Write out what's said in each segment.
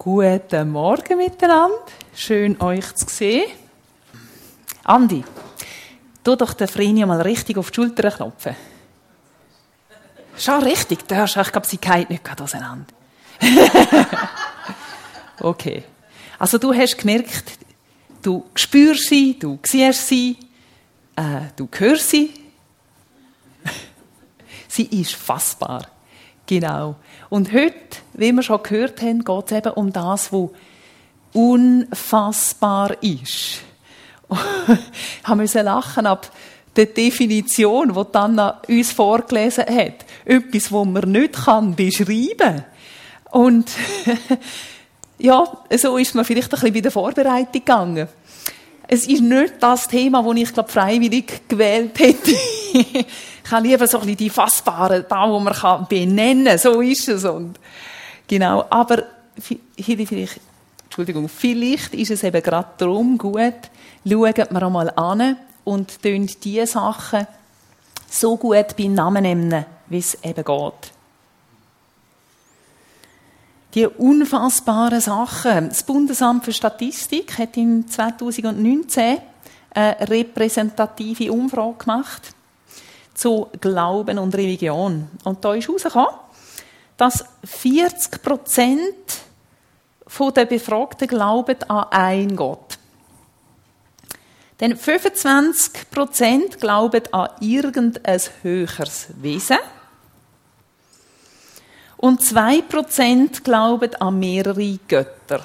Guten Morgen miteinander. Schön, euch zu sehen. Andi, tu doch den Vreni mal richtig auf die Schulter klopfen. Schon richtig, da hast du, ich glaube, sie geht nicht gerade auseinander. Okay. Also du hast gemerkt, du spürst sie, du siehst sie, du hörst sie. Sie ist fassbar. Genau. Und heute, wie wir schon gehört haben, geht es eben um das, was unfassbar ist. Ich musste lachen ab der Definition, die Anna uns vorgelesen hat. Etwas, das man nicht beschreiben kann. Und ja, so ist man vielleicht ein bisschen bei der Vorbereitung gegangen. Es ist nicht das Thema, das ich, glaube, freiwillig gewählt hätte. Ich habe lieber so ein bisschen die Fassbaren, da, wo man benennen kann. So ist es. Und genau. Aber vielleicht ist es eben gerade darum gut, schauen wir einmal an und tun die Sachen so gut beim Namen nennen, wie es eben geht. Die unfassbaren Sachen. Das Bundesamt für Statistik hat im 2019 eine repräsentative Umfrage gemacht zu Glauben und Religion. Und da ist herausgekommen, dass 40% der Befragten glauben an einen Gott. Dann 25% glauben an irgendein höheres Wesen. Und 2% glauben an mehrere Götter.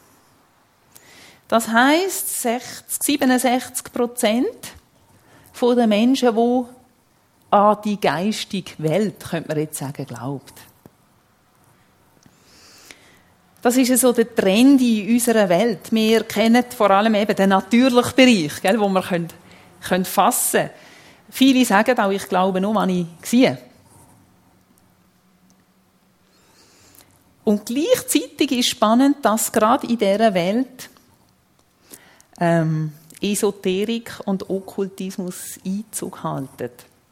Das heisst, 67% der Menschen, die an die geistige Welt, könnte man jetzt sagen, glaubt. Das ist so der Trend in unserer Welt. Wir kennen vor allem eben den natürlichen Bereich, gell, wo wir können fassen können. Viele sagen auch, ich glaube nur, was ich sehe. Und gleichzeitig ist spannend, dass gerade in dieser Welt Esoterik und Okkultismus Einzug halten.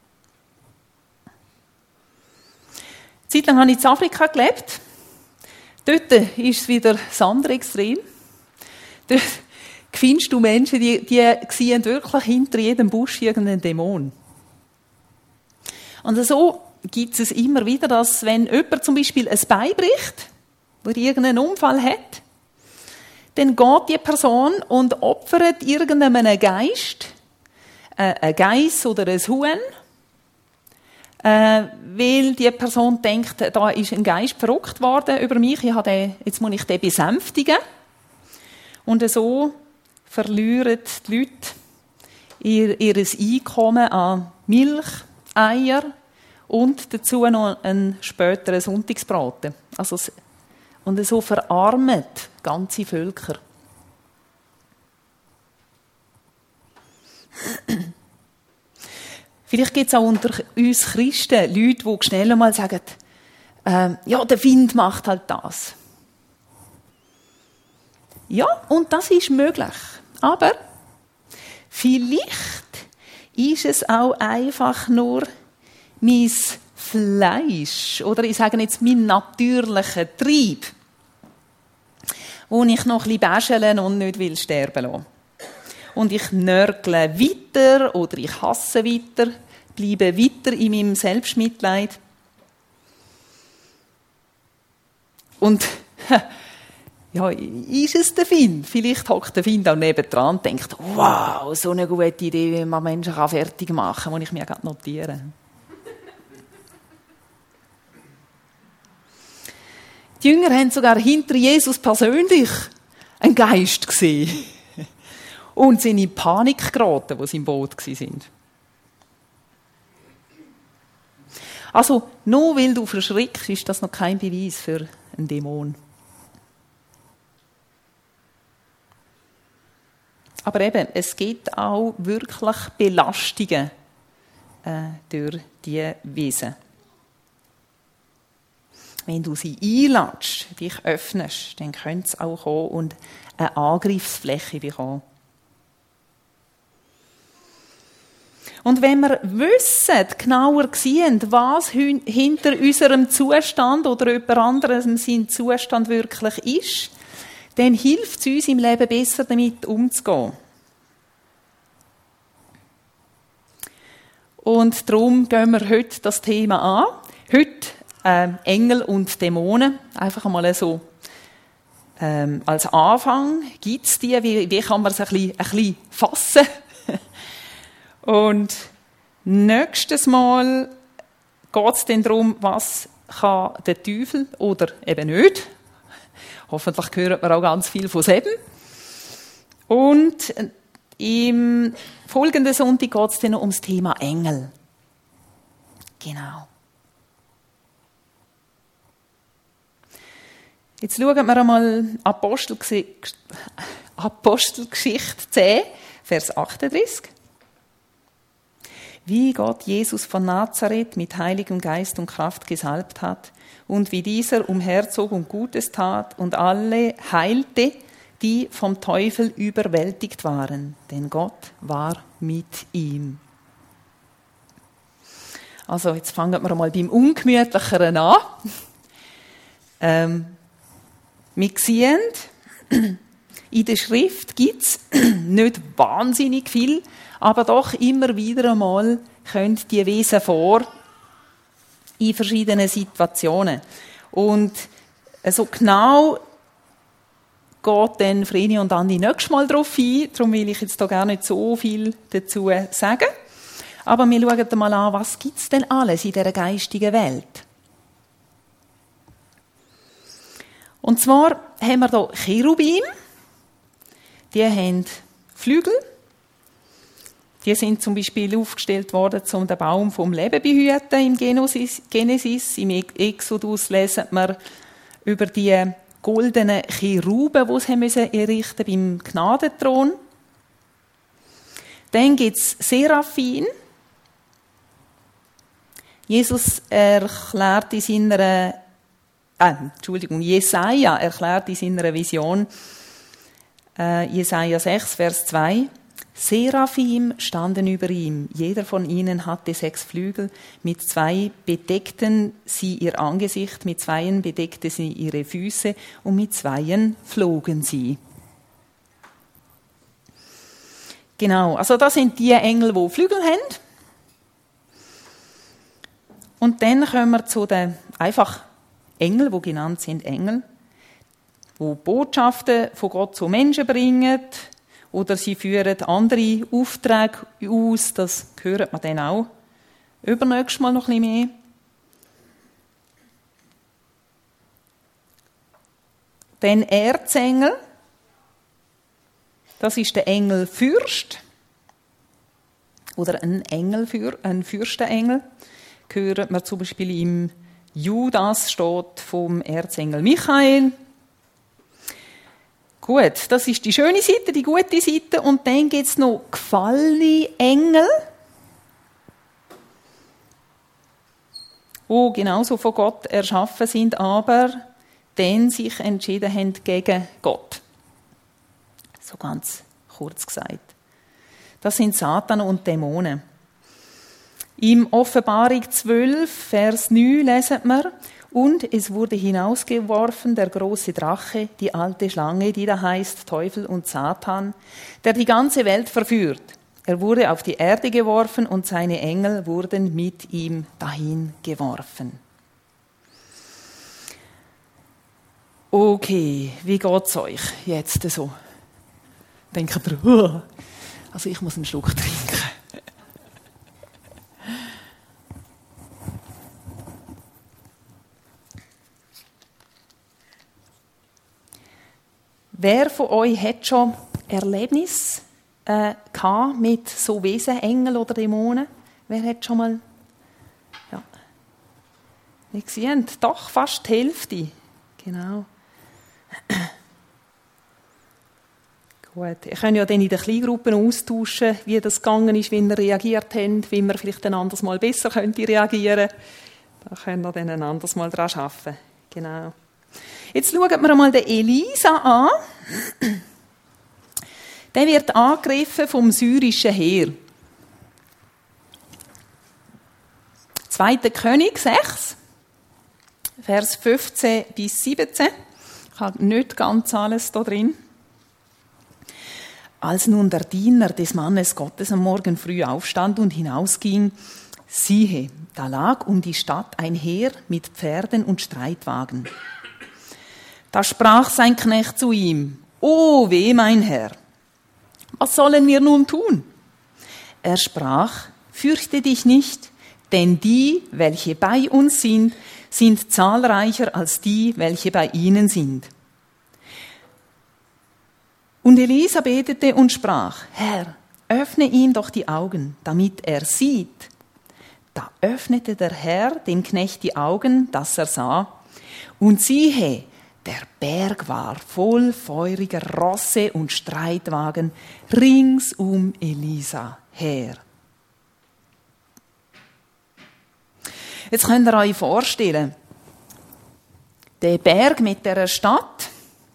Eine Zeit lang habe ich in Afrika gelebt. Dort ist es wieder das andere Extrem. Dort findest du Menschen, die sehen wirklich hinter jedem Busch irgendeinen Dämon. Und so gibt es immer wieder, dass wenn jemand zum Beispiel ein Bein bricht, oder irgendeinen Unfall hat, dann geht die Person und opfert irgendeinem Geist, ein Geiss oder ein Huhn, weil die Person denkt, da ist ein Geist verrückt worden über mich, jetzt muss ich den besänftigen. Und so verlieren die Leute ihr Einkommen an Milch, Eier und dazu noch einen späteren Sonntagsbraten. Und so verarmet ganze Völker. Vielleicht gibt es auch unter uns Christen Leute, die schnell mal sagen, ja, der Wind macht halt das. Ja, und das ist möglich. Aber vielleicht ist es auch einfach nur mein Fleisch, oder ich sage jetzt mein natürlicher Trieb, wo ich noch ein bisschen bäscheln und nicht sterben lassen. Und ich nörgle weiter oder ich hasse weiter, bleibe weiter in meinem Selbstmitleid. Und ja, ist es der Find? Vielleicht hockt der Find auch nebendran und denkt, wow, so eine gute Idee, wie man Menschen fertig machen kann, die ich mir gerade notiere. Die Jünger haben sogar hinter Jesus persönlich einen Geist gesehen. Und sind in Panik geraten, als sie im Boot waren. Also, nur weil du verschrickst, ist das noch kein Beweis für einen Dämon. Aber eben, es gibt auch wirklich Belastungen durch diese Wesen. Wenn du sie einlässt, dich öffnest, dann könnte es auch kommen und eine Angriffsfläche bekommen. Und wenn wir wissen, genauer sehen, was hinter unserem Zustand oder jemand anderem sein Zustand wirklich ist, dann hilft es uns im Leben besser, damit umzugehen. Und darum gehen wir heute das Thema an. Heute Engel und Dämonen. Einfach einmal so als Anfang. Gibt es die? Wie kann man es ein bisschen fassen? Und nächstes Mal geht es dann darum, was kann der Teufel oder eben nicht. Hoffentlich hören wir auch ganz viel von selber. Und im folgenden Sonntag geht es dann noch ums Thema Engel. Genau. Jetzt schauen wir einmal Apostelgeschichte 10, Vers 38. Wie Gott Jesus von Nazareth mit Heiligem Geist und Kraft gesalbt hat und wie dieser umherzog und Gutes tat und alle heilte, die vom Teufel überwältigt waren, denn Gott war mit ihm. Also jetzt fangen wir mal beim Ungemütlicheren an. Wir sehen, in der Schrift gibt es nicht wahnsinnig viel, aber doch immer wieder einmal kommen die Wesen vor in verschiedenen Situationen. Und so genau geht dann Vreni und Andi nächstes Mal darauf ein, darum will ich jetzt da gar nicht so viel dazu sagen. Aber wir schauen mal an, was gibt es denn alles in dieser geistigen Welt? Und zwar haben wir hier Cherubim, die haben Flügel. Die sind zum Beispiel aufgestellt worden, um den Baum vom Leben zu behüten im Genesis. Im Exodus lesen wir über die goldenen Cheruben, die sie errichten beim Gnadenthron. Dann gibt es Seraphim. Jesaja erklärt in seiner Vision, Jesaja 6, Vers 2, Seraphim standen über ihm, jeder von ihnen hatte 6 Flügel, mit 2 bedeckten sie ihr Angesicht, mit 2 bedeckte sie ihre Füße und mit 2 flogen sie. Genau, also das sind die Engel, die Flügel haben. Und dann kommen wir zu den einfach Engel, die genannt sind Engel, die Botschaften von Gott zu Menschen bringen oder sie führen andere Aufträge aus, das hört man dann auch übernächstes Mal noch ein bisschen mehr. Dann Erzengel, das ist der Engelfürst oder ein Fürstenengel, hört man zum Beispiel im Judas steht vom Erzengel Michael. Gut, das ist die schöne Seite, die gute Seite. Und dann gibt es noch gefallene Engel, die genauso von Gott erschaffen sind, aber dann sich entschieden haben gegen Gott. So ganz kurz gesagt. Das sind Satan und Dämonen. Im Offenbarung 12, Vers 9 lesen wir, und es wurde hinausgeworfen der große Drache, die alte Schlange, die da heißt Teufel und Satan, der die ganze Welt verführt. Er wurde auf die Erde geworfen und seine Engel wurden mit ihm dahin geworfen. Okay, wie geht's euch jetzt so? Denkt ihr, also ich muss einen Schluck trinken. Wer von euch hat schon Erlebnis gehabt mit so Wesen, Engel oder Dämonen? Wer hat schon mal? Ja. Wir sehen, doch fast die Hälfte. Genau. Gut. Ich kann ja dann in den Kleingruppen austauschen, wie das gegangen ist, wie ihr reagiert habt, wie wir vielleicht ein anderes Mal besser reagieren könnten. Da können wir dann ein anderes Mal dran arbeiten. Genau. Jetzt schauen wir einmal den Elisa an. Der wird angegriffen vom syrischen Heer. 2. König 6, Vers 15 bis 17. Ich habe nicht ganz alles da drin. Als nun der Diener des Mannes Gottes am Morgen früh aufstand und hinausging, siehe, da lag um die Stadt ein Heer mit Pferden und Streitwagen. Da sprach sein Knecht zu ihm: O weh, mein Herr, was sollen wir nun tun? Er sprach: Fürchte dich nicht, denn die, welche bei uns sind zahlreicher als die, welche bei ihnen sind. Und Elisa betete und sprach: Herr, öffne ihm doch die Augen, damit er sieht. Da öffnete der Herr dem Knecht die Augen, dass er sah, und siehe, der Berg war voll feuriger Rosse und Streitwagen rings um Elisa her. Jetzt könnt ihr euch vorstellen, der Berg mit der Stadt,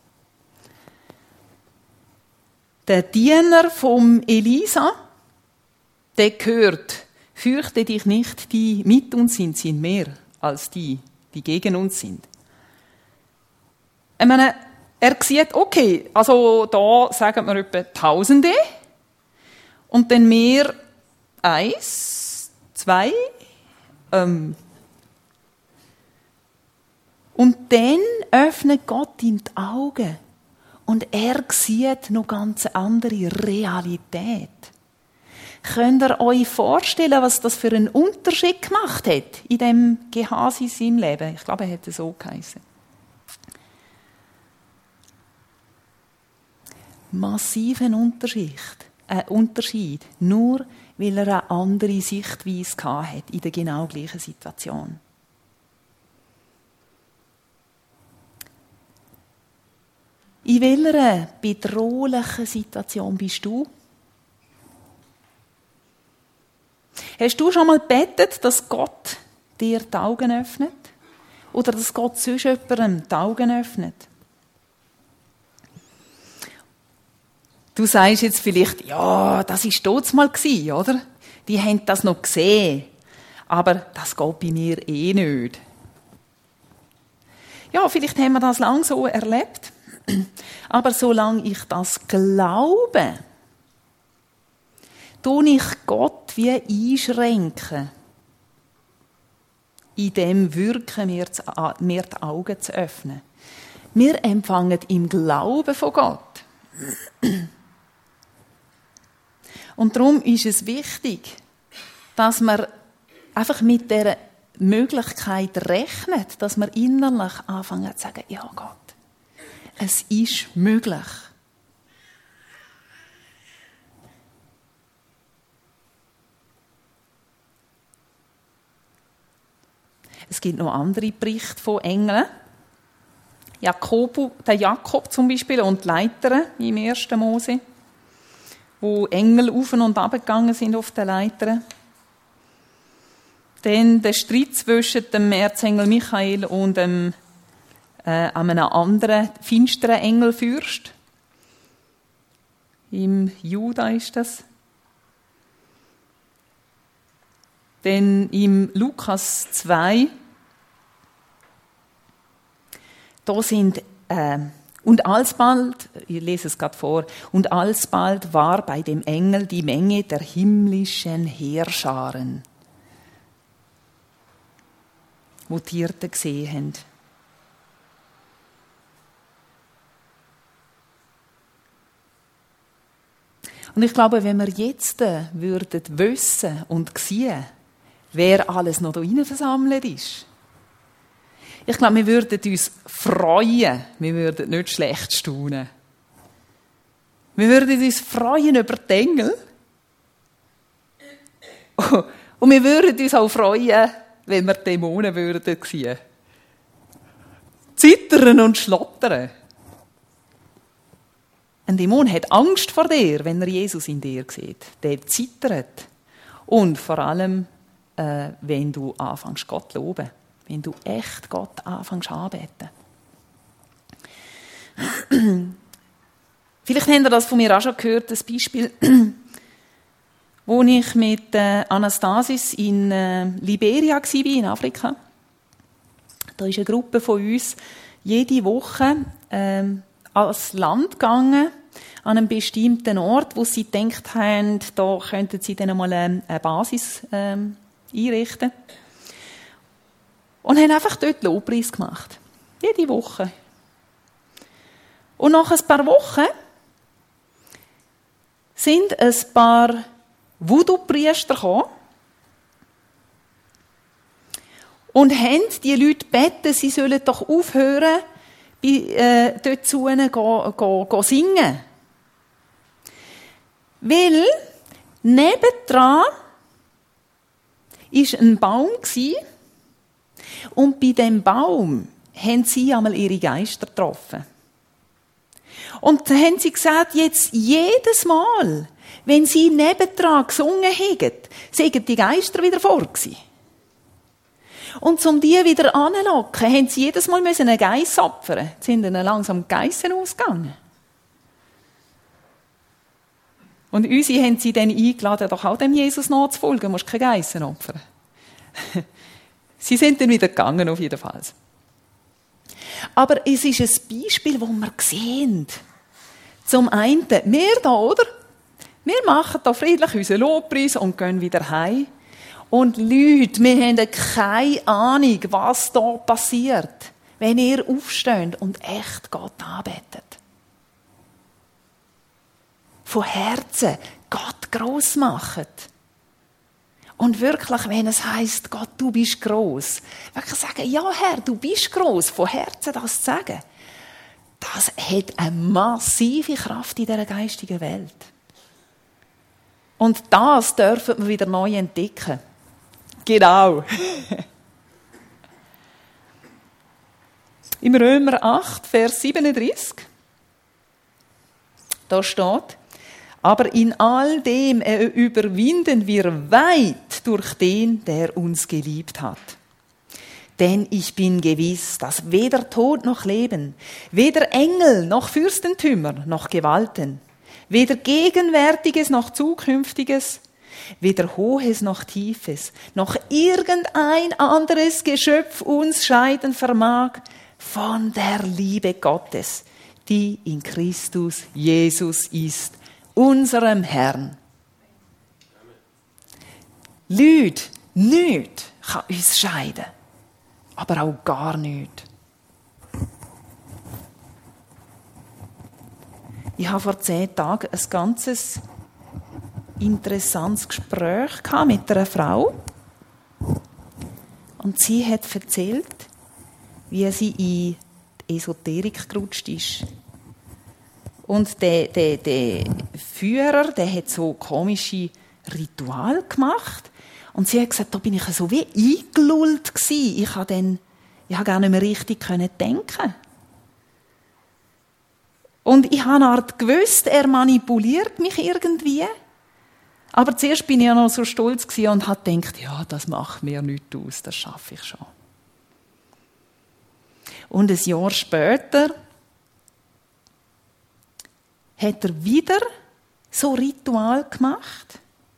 der Diener vom Elisa, der gehört: Fürchte dich nicht, die mit uns sind mehr als die gegen uns sind. Ich meine, er sieht, okay, also da sagen wir etwa Tausende und dann mehr 1, 2, und dann öffnet Gott ihm die Augen und er sieht noch ganz andere Realität. Könnt ihr euch vorstellen, was das für einen Unterschied gemacht hat in dem Gehasi in seinem Leben? Ich glaube, er hätte so geheißen. Massiven Unterschied, nur weil er eine andere Sichtweise hatte in der genau gleichen Situation. In welcher bedrohlichen Situation bist du? Hast du schon mal gebetet, dass Gott dir die Augen öffnet? Oder dass Gott sonst jemandem die Augen öffnet? Du sagst jetzt vielleicht, ja, das war dort mal, oder? Die haben das noch gesehen. Aber das geht bei mir eh nicht. Ja, vielleicht haben wir das lang so erlebt. Aber solange ich das glaube, tue ich Gott wie einschränken, in dem Wirken mir die Augen zu öffnen. Wir empfangen im Glauben von Gott. Und darum ist es wichtig, dass man einfach mit dieser Möglichkeit rechnet, dass man innerlich anfängt zu sagen, ja Gott, es ist möglich. Es gibt noch andere Berichte von Engeln. Der Jakob zum Beispiel und die Leiter im 1. Mose, wo Engel auf und ab gegangen sind auf den Leitern. Dann der Streit zwischen dem Erzengel Michael und einem anderen finsteren Engelfürst. Im Juda ist das. Dann im Lukas 2, da sind, und alsbald, ich lese es gerade vor, und alsbald war bei dem Engel die Menge der himmlischen Heerscharen, wo die Hirten gesehen haben. Und ich glaube, wenn wir jetzt würden wissen und sehen, wer alles noch da rein versammelt ist, ich glaube, wir würden uns freuen, wir würden nicht schlecht staunen. Wir würden uns freuen über die Engel. Und wir würden uns auch freuen, wenn wir Dämonen würden sehen. Zittern und schlottern. Ein Dämon hat Angst vor dir, wenn er Jesus in dir sieht. Der zittert. Und vor allem, wenn du anfängst, Gott zu loben. Wenn du echt Gott anfängst anbeten. Vielleicht habt ihr das von mir auch schon gehört, das Beispiel. Als ich mit Anastasis in Liberia war, in Afrika, da ist eine Gruppe von uns jede Woche ans Land gegangen, an einem bestimmten Ort, wo sie gedacht haben, da könnten sie dann einmal eine Basis einrichten. Und haben einfach dort Lobpreis gemacht. Jede Woche. Und nach ein paar Wochen sind ein paar Voodoo-Priester gekommen und haben die Leute gebeten, sie sollen doch aufhören, dort zu ihnen go singen. Weil nebendran war ein Baum und bei diesem Baum haben sie einmal ihre Geister getroffen. Und dann haben sie gesagt, jetzt jedes Mal, wenn sie nebendran gesungen haben, seien die Geister wieder vor gewesen. Und um die wieder anzulocken, haben sie jedes Mal einen Geiss opfern. Jetzt sind ihnen langsam die Geissen ausgegangen. Und unsere haben sie dann eingeladen, doch auch dem Jesus nachzufolgen, du musst keine Geissen opfern. Sie sind dann wieder gegangen, auf jeden Fall. Aber es ist ein Beispiel, das wir sehen. Zum einen, wir da, oder? Wir machen da friedlich unseren Lobpreis und gehen wieder heim. Und Leute, wir haben keine Ahnung, was da passiert, wenn ihr aufsteht und echt Gott anbetet. Von Herzen Gott gross macht. Und wirklich, wenn es heisst, Gott, du bist gross, wirklich sagen, ja Herr, du bist gross, von Herzen das zu sagen, das hat eine massive Kraft in dieser geistigen Welt. Und das dürfen wir wieder neu entdecken. Genau. Im Römer 8, Vers 37, da steht, aber in all dem überwinden wir weit durch den, der uns geliebt hat. Denn ich bin gewiss, dass weder Tod noch Leben, weder Engel noch Fürstentümer noch Gewalten, weder Gegenwärtiges noch Zukünftiges, weder Hohes noch Tiefes, noch irgendein anderes Geschöpf uns scheiden vermag von der Liebe Gottes, die in Christus Jesus ist, unserem Herrn. Leute, nichts kann uns scheiden, aber auch gar nichts. Ich habe vor 10 Tagen ein ganzes interessantes Gespräch mit einer Frau. Und sie hat erzählt, wie sie in die Esoterik gerutscht ist. Und der Führer, der hat so komische Rituale gemacht. Und sie hat gesagt, da bin ich so wie eingelullt gewesen. Ich habe gar nicht mehr richtig denken. Und ich habe eine Art gewusst, er manipuliert mich irgendwie. Aber zuerst bin ich ja noch so stolz gewesen und habe gedacht, ja, das macht mir nichts aus, das schaffe ich schon. Und ein Jahr später hat er wieder so Ritual gemacht.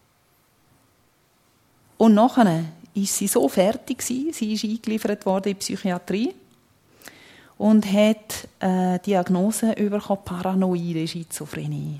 Und nachher ist sie so fertig gewesen, sie ist eingeliefert worden in die Psychiatrie und hat Diagnose bekommen, paranoide Schizophrenie.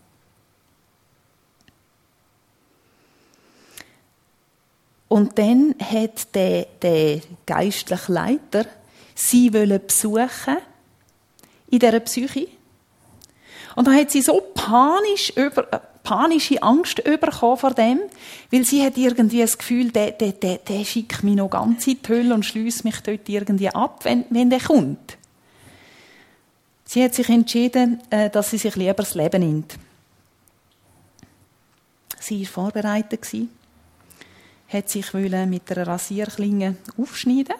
Und dann hat der geistliche Leiter sie besuchen in dieser Psyche. Und dann hat sie so panische Angst bekommen vor dem, weil sie hat irgendwie das Gefühl, der schickt mich noch ganz in die Hölle und schliesst mich dort irgendwie ab, wenn der kommt. Sie hat sich entschieden, dass sie sich lieber das Leben nimmt. Sie war vorbereitet, hat sich mit einer Rasierklinge aufschneiden.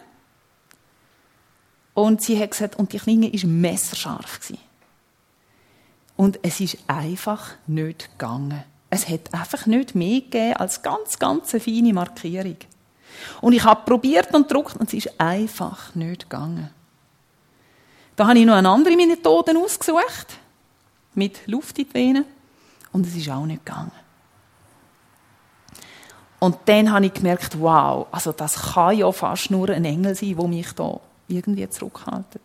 Und sie hat gesagt, und die Klinge war messerscharf. Und es ist einfach nicht gegangen. Es hat einfach nicht mehr gegeben als ganz, ganz eine feine Markierung. Und ich habe probiert und gedruckt und es ist einfach nicht gegangen. Da habe ich noch eine andere Methode ausgesucht, mit Luft in die Venen, und es ist auch nicht gegangen. Und dann habe ich gemerkt, wow, also das kann ja fast nur ein Engel sein, der mich da irgendwie zurückhaltet.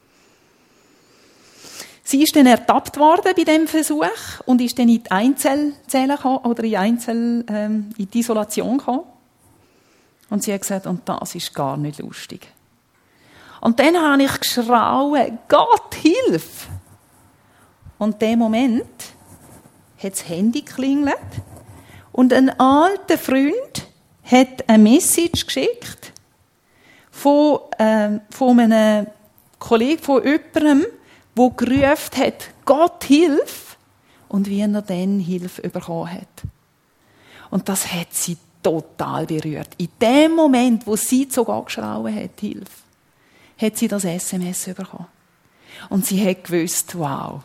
Sie ist dann ertappt worden bei diesem Versuch und ist dann in die Einzelzelle gekommen, oder in die Isolation gekommen. Und sie hat gesagt, und das ist gar nicht lustig. Und dann habe ich geschrauen, Gott, hilf! Und in dem Moment hat das Handy geklingelt und ein alter Freund hat eine Message geschickt von einem Kollegen, von jemandem, der gerufen hat, Gott, hilf! Und wie er dann Hilfe bekommen hat. Und das hat sie total berührt. In dem Moment, wo sie sogar geschrauen hat, Hilfe, hat sie das SMS bekommen. Und sie hat gewusst, wow,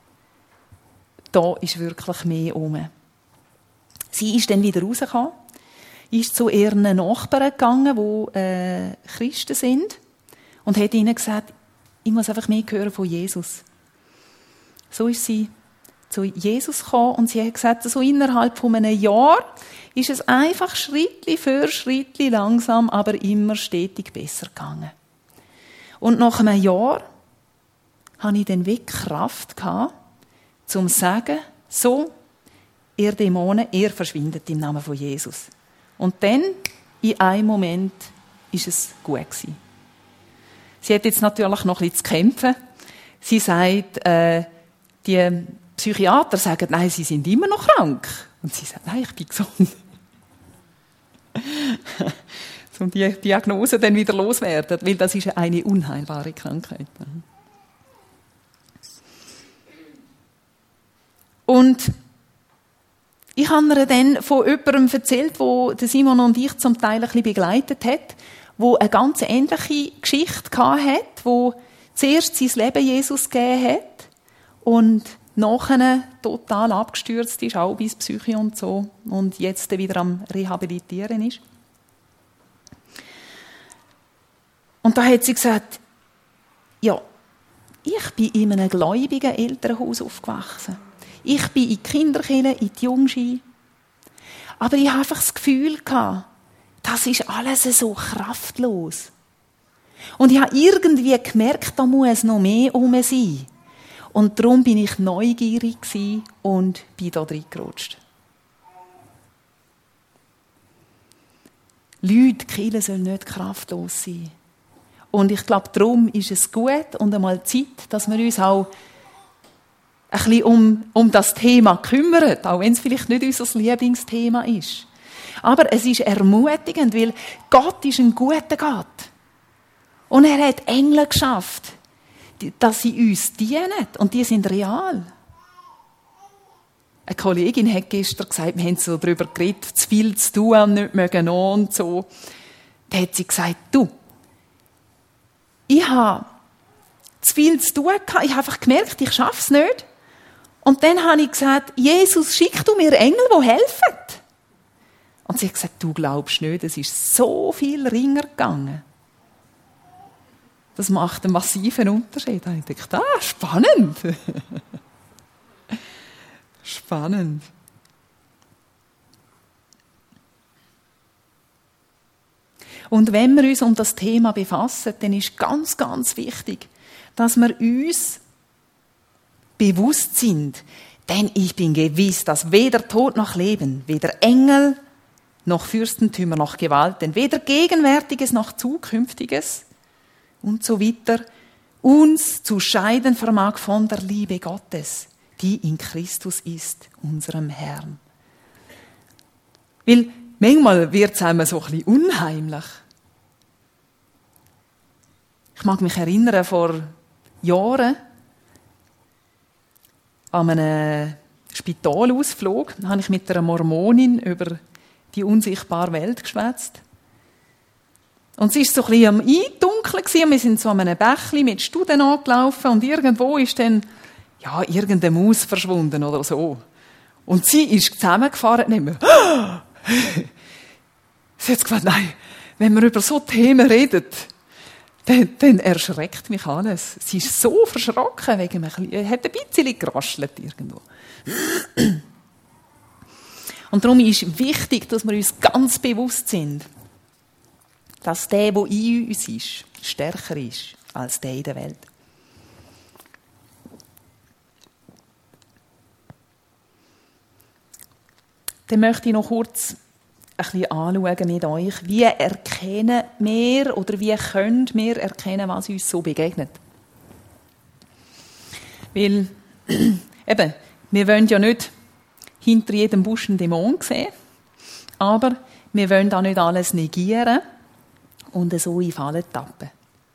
da ist wirklich mehr rum. Sie ist dann wieder rausgekommen, ist zu ihren Nachbarn gegangen, die Christen sind, und hat ihnen gesagt, ich muss einfach mehr hören von Jesus. So ist sie zu Jesus gekommen und sie hat gesagt, so innerhalb von einem Jahr ist es einfach Schritt für Schritt langsam, aber immer stetig besser gegangen. Und nach einem Jahr hatte ich dann wirklich Kraft gehabt, zum zu sagen, so, ihr Dämonen, ihr verschwindet im Namen von Jesus. Und dann, in einem Moment, ist es gut gewesen. Sie hat jetzt natürlich noch ein bisschen zu kämpfen. Sie sagt, die Psychiater sagen, nein, sie sind immer noch krank. Und sie sagt, nein, ich bin gesund. Um die Diagnose dann wieder loswerden, weil das ist eine unheilbare Krankheit. Und ich habe ihr dann von jemandem erzählt, wo Simon und ich zum Teil ein bisschen begleitet hat, wo eine ganz ähnliche Geschichte hatte, wo zuerst sein Leben Jesus gegeben hat und nachher total abgestürzt ist, auch bis Psyche und so, und jetzt wieder am Rehabilitieren ist. Und da hat sie gesagt, ja, ich bin in einem gläubigen Elternhaus aufgewachsen. Ich bin in die Kinderkirche, in die Jungschule. Aber ich habe einfach das Gefühl gehabt, das ist alles so kraftlos. Und ich habe irgendwie gemerkt, da muss noch mehr rum sein. Und darum bin ich neugierig und bin da reingerutscht. Leute, die Kirche soll nicht kraftlos sein. Und ich glaube, darum ist es gut und einmal Zeit, dass wir uns auch ein bisschen um das Thema kümmern, auch wenn es vielleicht nicht unser Lieblingsthema ist. Aber es ist ermutigend, weil Gott ist ein guter Gott. Und er hat Engel geschafft, dass sie uns dienen. Und die sind real. Eine Kollegin hat gestern gesagt, wir haben so darüber geredet, zu viel zu tun, nicht mögen und so. Da hat sie gesagt, du, ich habe zu viel zu tun gehabt. Ich habe einfach gemerkt, ich schaffe es nicht. Und dann habe ich gesagt, Jesus, schick du mir Engel, die helfen. Und sie hat gesagt, du glaubst nicht, es ist so viel ringer gegangen. Das macht einen massiven Unterschied. Da habe ich gedacht, spannend. Spannend. Und wenn wir uns um das Thema befassen, dann ist ganz, ganz wichtig, dass wir uns bewusst sind. Denn ich bin gewiss, dass weder Tod noch Leben, weder Engel noch Fürstentümer noch Gewalten, weder Gegenwärtiges noch Zukünftiges und so weiter, uns zu scheiden vermag von der Liebe Gottes, die in Christus ist, unserem Herrn. Weil manchmal wird es einem so ein bisschen unheimlich. Ich mag mich erinnern, vor Jahren an einem Spitalausflug habe ich mit einer Mormonin über die unsichtbare Welt geschwätzt. Und sie war so ein bisschen am Eindunkeln und wir sind so an einem Bächli mit Studen angelaufen und irgendwo ist dann irgendeine Maus verschwunden oder so. Und sie ist zusammengefahren nicht mehr. Sie hat gesagt, nein, wenn wir über so Themen reden, dann erschreckt mich alles. Sie ist so verschrocken, hat ein bisschen geraschelt irgendwo. Und darum ist wichtig, dass wir uns ganz bewusst sind, dass der in uns ist, stärker ist als der in der Welt. Dann möchte ich noch kurz ein bisschen anschauen mit euch, wie erkennen wir oder wie können wir erkennen, was uns so begegnet. Weil, eben, wir wollen ja nicht hinter jedem Busch einen Dämon sehen, aber wir wollen auch nicht alles negieren und so in Fallen tappen.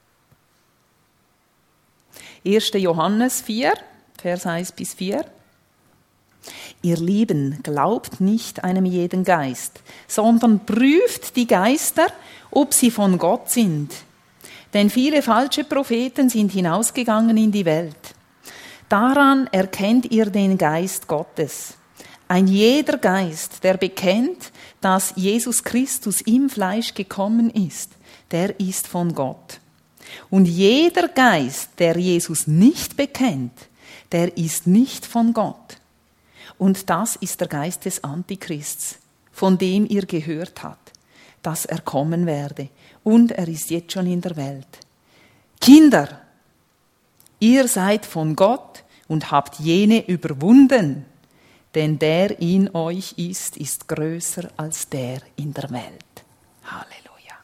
1. Johannes 4, Vers 1-4. Ihr Lieben, glaubt nicht einem jeden Geist, sondern prüft die Geister, ob sie von Gott sind. Denn viele falsche Propheten sind hinausgegangen in die Welt. Daran erkennt ihr den Geist Gottes. Ein jeder Geist, der bekennt, dass Jesus Christus im Fleisch gekommen ist, der ist von Gott. Und jeder Geist, der Jesus nicht bekennt, der ist nicht von Gott. Und das ist der Geist des Antichrists, von dem ihr gehört habt, dass er kommen werde. Und er ist jetzt schon in der Welt. Kinder, ihr seid von Gott und habt jene überwunden, denn der in euch ist größer als der in der Welt. Halleluja.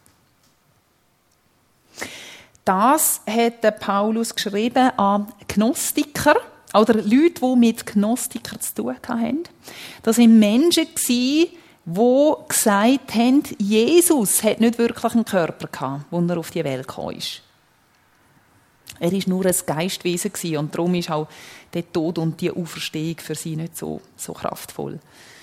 Das hat Paulus geschrieben an Gnostiker, oder Leute, die mit Gnostikern zu tun hatten. Das waren Menschen, die gesagt haben, Jesus hat nicht wirklich einen Körper gehabt, als er auf die Welt gekommen ist. Er war nur ein Geistwesen und darum ist auch der Tod und die Auferstehung für sie nicht so kraftvoll.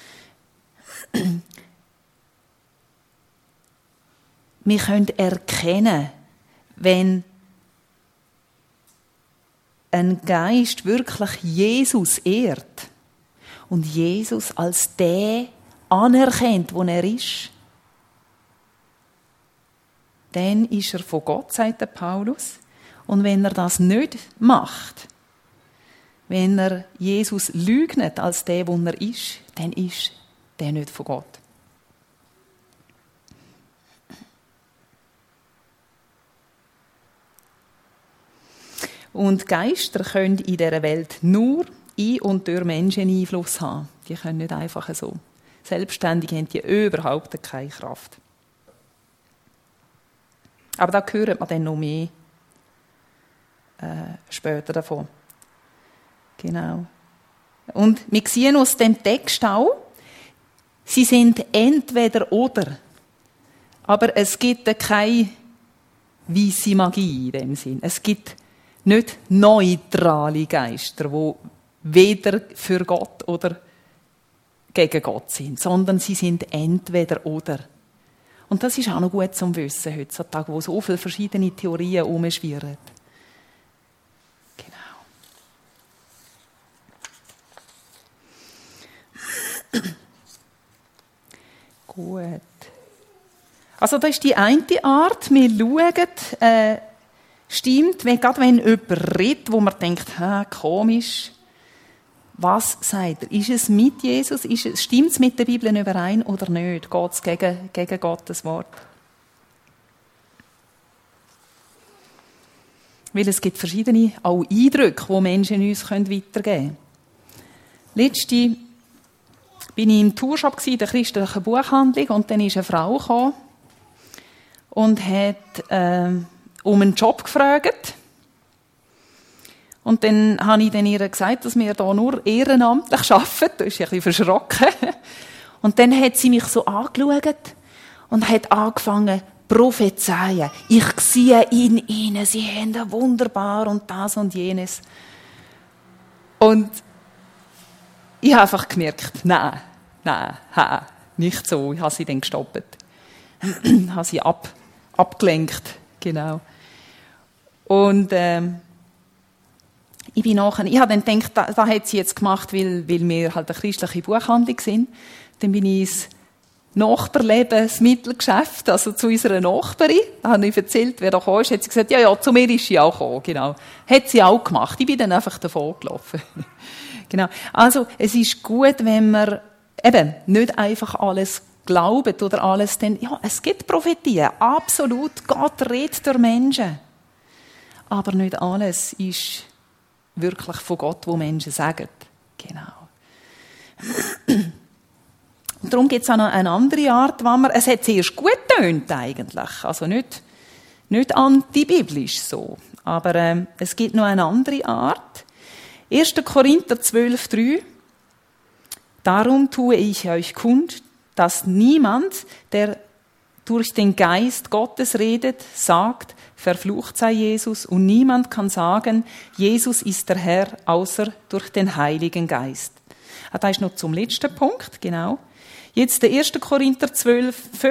Wir können erkennen, wenn ein Geist wirklich Jesus ehrt und Jesus als der anerkennt, wo er ist, dann ist er von Gott, sagt der Paulus. Und wenn er das nicht macht, wenn er Jesus leugnet als der, wo er ist, dann ist der nicht von Gott. Und Geister können in dieser Welt nur in und durch Menschen Einfluss haben. Die können nicht einfach so. Selbstständig haben die überhaupt keine Kraft. Aber da hört man dann noch mehr später davon. Genau. Und wir sehen aus dem Text auch, sie sind entweder oder. Aber es gibt keine weisse Magie in dem Sinn. Es gibt nicht neutrale Geister, die weder für Gott oder gegen Gott sind, sondern sie sind entweder oder. Und das ist auch noch gut zum Wissen heutzutage, wo so viele verschiedene Theorien herumschwirren. Genau. Gut. Also das ist die eine Art. Wir schauen, stimmt, gerade wenn jemand redet, wo man denkt, komisch, was sagt er? Ist es mit Jesus? Stimmt es mit der Bibel überein oder nicht? Geht es gegen Gottes Wort? Weil es gibt verschiedene auch Eindrücke, die Menschen uns weitergeben können. Letzte bin ich im Tourshop in der christlichen Buchhandlung und dann ist eine Frau gekommen und hat um einen Job gefragt. Und dann habe ich ihr gesagt, dass wir hier nur ehrenamtlich arbeiten. Da ist sie ein bisschen verschrocken. Und dann hat sie mich so angeschaut und hat angefangen zu prophezeien. Ich sehe in ihnen, sie haben wunderbar und das und jenes. Und ich habe einfach gemerkt, nein, nicht so. Ich habe sie dann gestoppt. Ich habe sie abgelenkt, genau. Und ich habe dann gedacht, das hat sie jetzt gemacht, weil wir halt eine christliche Buchhandlung sind. Dann bin ich ins Nachbarlebensmittelgeschäft, also zu unserer Nachbarin. Da habe ich erzählt, wer da kam. Hat sie gesagt, ja, zu mir ist sie auch gekommen, genau. Hat sie auch gemacht. Ich bin dann einfach davon gelaufen. Genau. Also, es ist gut, wenn wir eben nicht einfach alles glauben oder alles, denn ja, es gibt Prophetien, absolut, Gott redet durch Menschen. Aber nicht alles ist wirklich von Gott, wo Menschen sagen. Genau. Und darum gibt es auch noch eine andere Art, es hat zuerst gut getönt eigentlich, also nicht antibiblisch so, aber es gibt noch eine andere Art. 1. Korinther 12,3 Darum tue ich euch kund, dass niemand, der durch den Geist Gottes redet, sagt, verflucht sei Jesus, und niemand kann sagen, Jesus ist der Herr, außer durch den Heiligen Geist. Das ist noch zum letzten Punkt, genau. Jetzt der 1. Korinther 12,5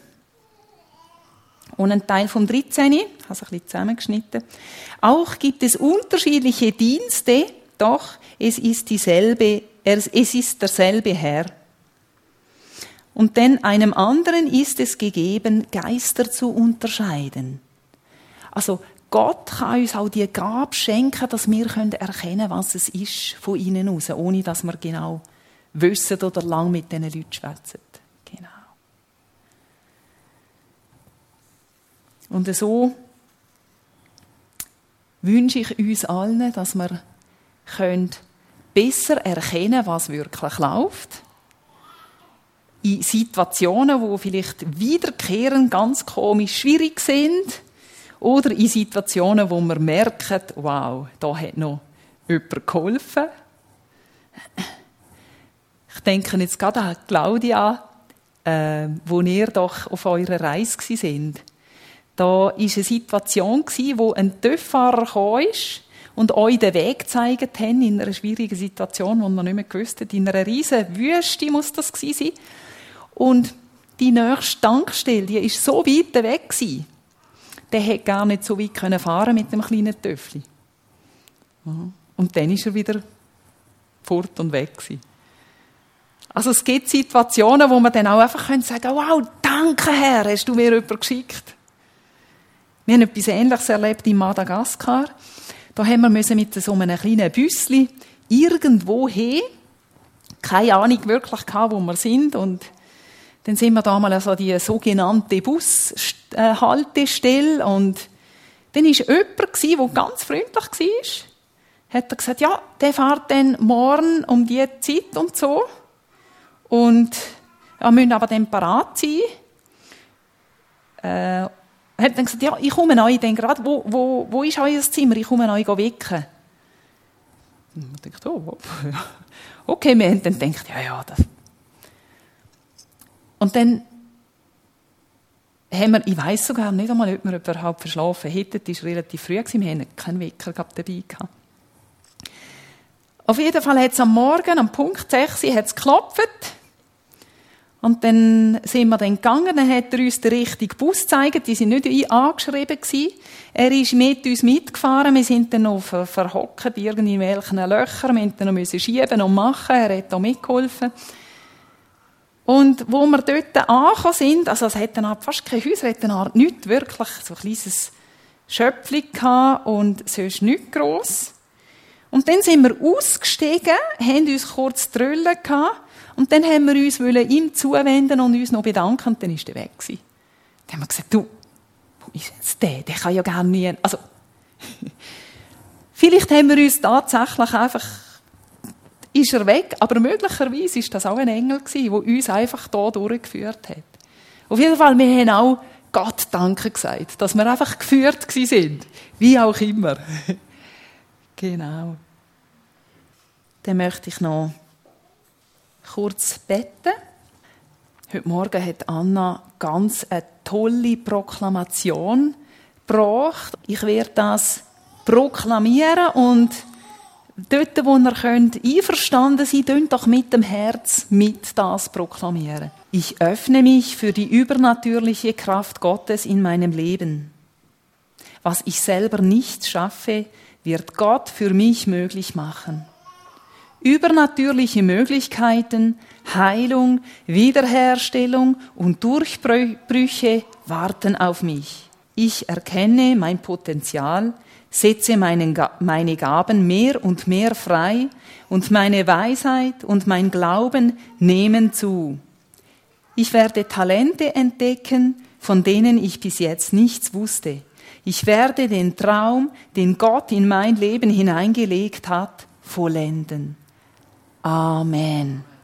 und ein Teil vom 13. Ich habe es ein bisschen zusammengeschnitten. Auch gibt es unterschiedliche Dienste, doch es ist derselbe Herr. Und denn einem anderen ist es gegeben, Geister zu unterscheiden. Also Gott kann uns auch die Gabe schenken, dass wir erkennen können, was es ist von innen raus, ohne dass wir genau wissen oder lang mit diesen Leuten schwätzen. Genau. Und so wünsche ich uns allen, dass wir besser erkennen können, was wirklich läuft. In Situationen, die vielleicht wiederkehrend ganz komisch schwierig sind, oder in Situationen, wo man merkt, wow, da hat noch jemand geholfen. Ich denke jetzt gerade an Claudia, wo ihr doch auf eurer Reise waren. Da war eine Situation, wo ein TÜV-Fahrer kam und euch den Weg gezeigt hat in einer schwierigen Situation, die man nicht mehr gewusst hat. In einer riesen Wüste muss das gewesen sein. Und die nächste Tankstelle, die war so weit weg gewesen. Der hätte gar nicht so weit fahren mit dem kleinen Töffli. Und dann ist er wieder fort und weg gewesen. Also es gibt Situationen, wo man dann auch einfach sagen kann, wow, danke Herr, hast du mir jemanden geschickt. Wir haben etwas Ähnliches erlebt in Madagaskar. Da haben wir mit so einem kleinen Büssli irgendwo hin, keine Ahnung wirklich gehabt, wo wir sind, und dann sind wir da mal an die sogenannte Bushaltestelle, und dann war jemand, der ganz freundlich war, hat er gesagt, ja, der fährt dann morgen um die Zeit und so, und ja, müssen aber dann parat sein. Hat dann gesagt, ja, ich komme euch dann gerade, wo ist euer Zimmer? Ich komme euch wecken. Und ich dachte, oh, okay, wir haben dann gedacht, ja, das. Und dann haben wir, ich weiss sogar nicht einmal, ob wir überhaupt verschlafen hätten. Es war relativ früh, wir hatten keinen Wecker dabei gehabt. Auf jeden Fall hat es am Morgen, am Punkt 6 Uhr, geklopft. Und dann sind wir dann gegangen, dann hat er uns den richtigen Bus gezeigt, die waren nicht angeschrieben gewesen. Er ist mit uns mitgefahren, wir sind dann noch verhockt in irgendwelchen Löchern, wir mussten noch schieben und machen, er hat da mitgeholfen. Und wo wir dort angekommen sind, also es hat dann fast kein Haus, es hat dann nichts, wirklich so ein kleines Schöpfchen gehabt und sonst nichts gross. Und dann sind wir ausgestiegen, haben uns kurz trüllen gehabt, und dann haben wir uns ihm zuwenden und uns noch bedanken, und dann war er weg gewesen. Dann haben wir gesagt, du, wo ist jetzt der? Der kann ja gar nie, also, vielleicht haben wir uns tatsächlich einfach, ist er weg, aber möglicherweise war das auch ein Engel gewesen, der uns einfach hier durchgeführt hat. Auf jeden Fall, wir haben auch Gott Danke gesagt, dass wir einfach geführt sind, wie auch immer. Genau. Dann möchte ich noch kurz beten. Heute Morgen hat Anna ganz eine tolle Proklamation gebracht. Ich werde das proklamieren, und dort, wo ihr einverstanden sein könnt, doch mit dem Herz mit das proklamieren. Ich öffne mich für die übernatürliche Kraft Gottes in meinem Leben. Was ich selber nicht schaffe, wird Gott für mich möglich machen. Übernatürliche Möglichkeiten, Heilung, Wiederherstellung und Durchbrüche warten auf mich. Ich erkenne mein Potenzial, setze meine Gaben mehr und mehr frei und meine Weisheit und mein Glauben nehmen zu. Ich werde Talente entdecken, von denen ich bis jetzt nichts wusste. Ich werde den Traum, den Gott in mein Leben hineingelegt hat, vollenden. Amen.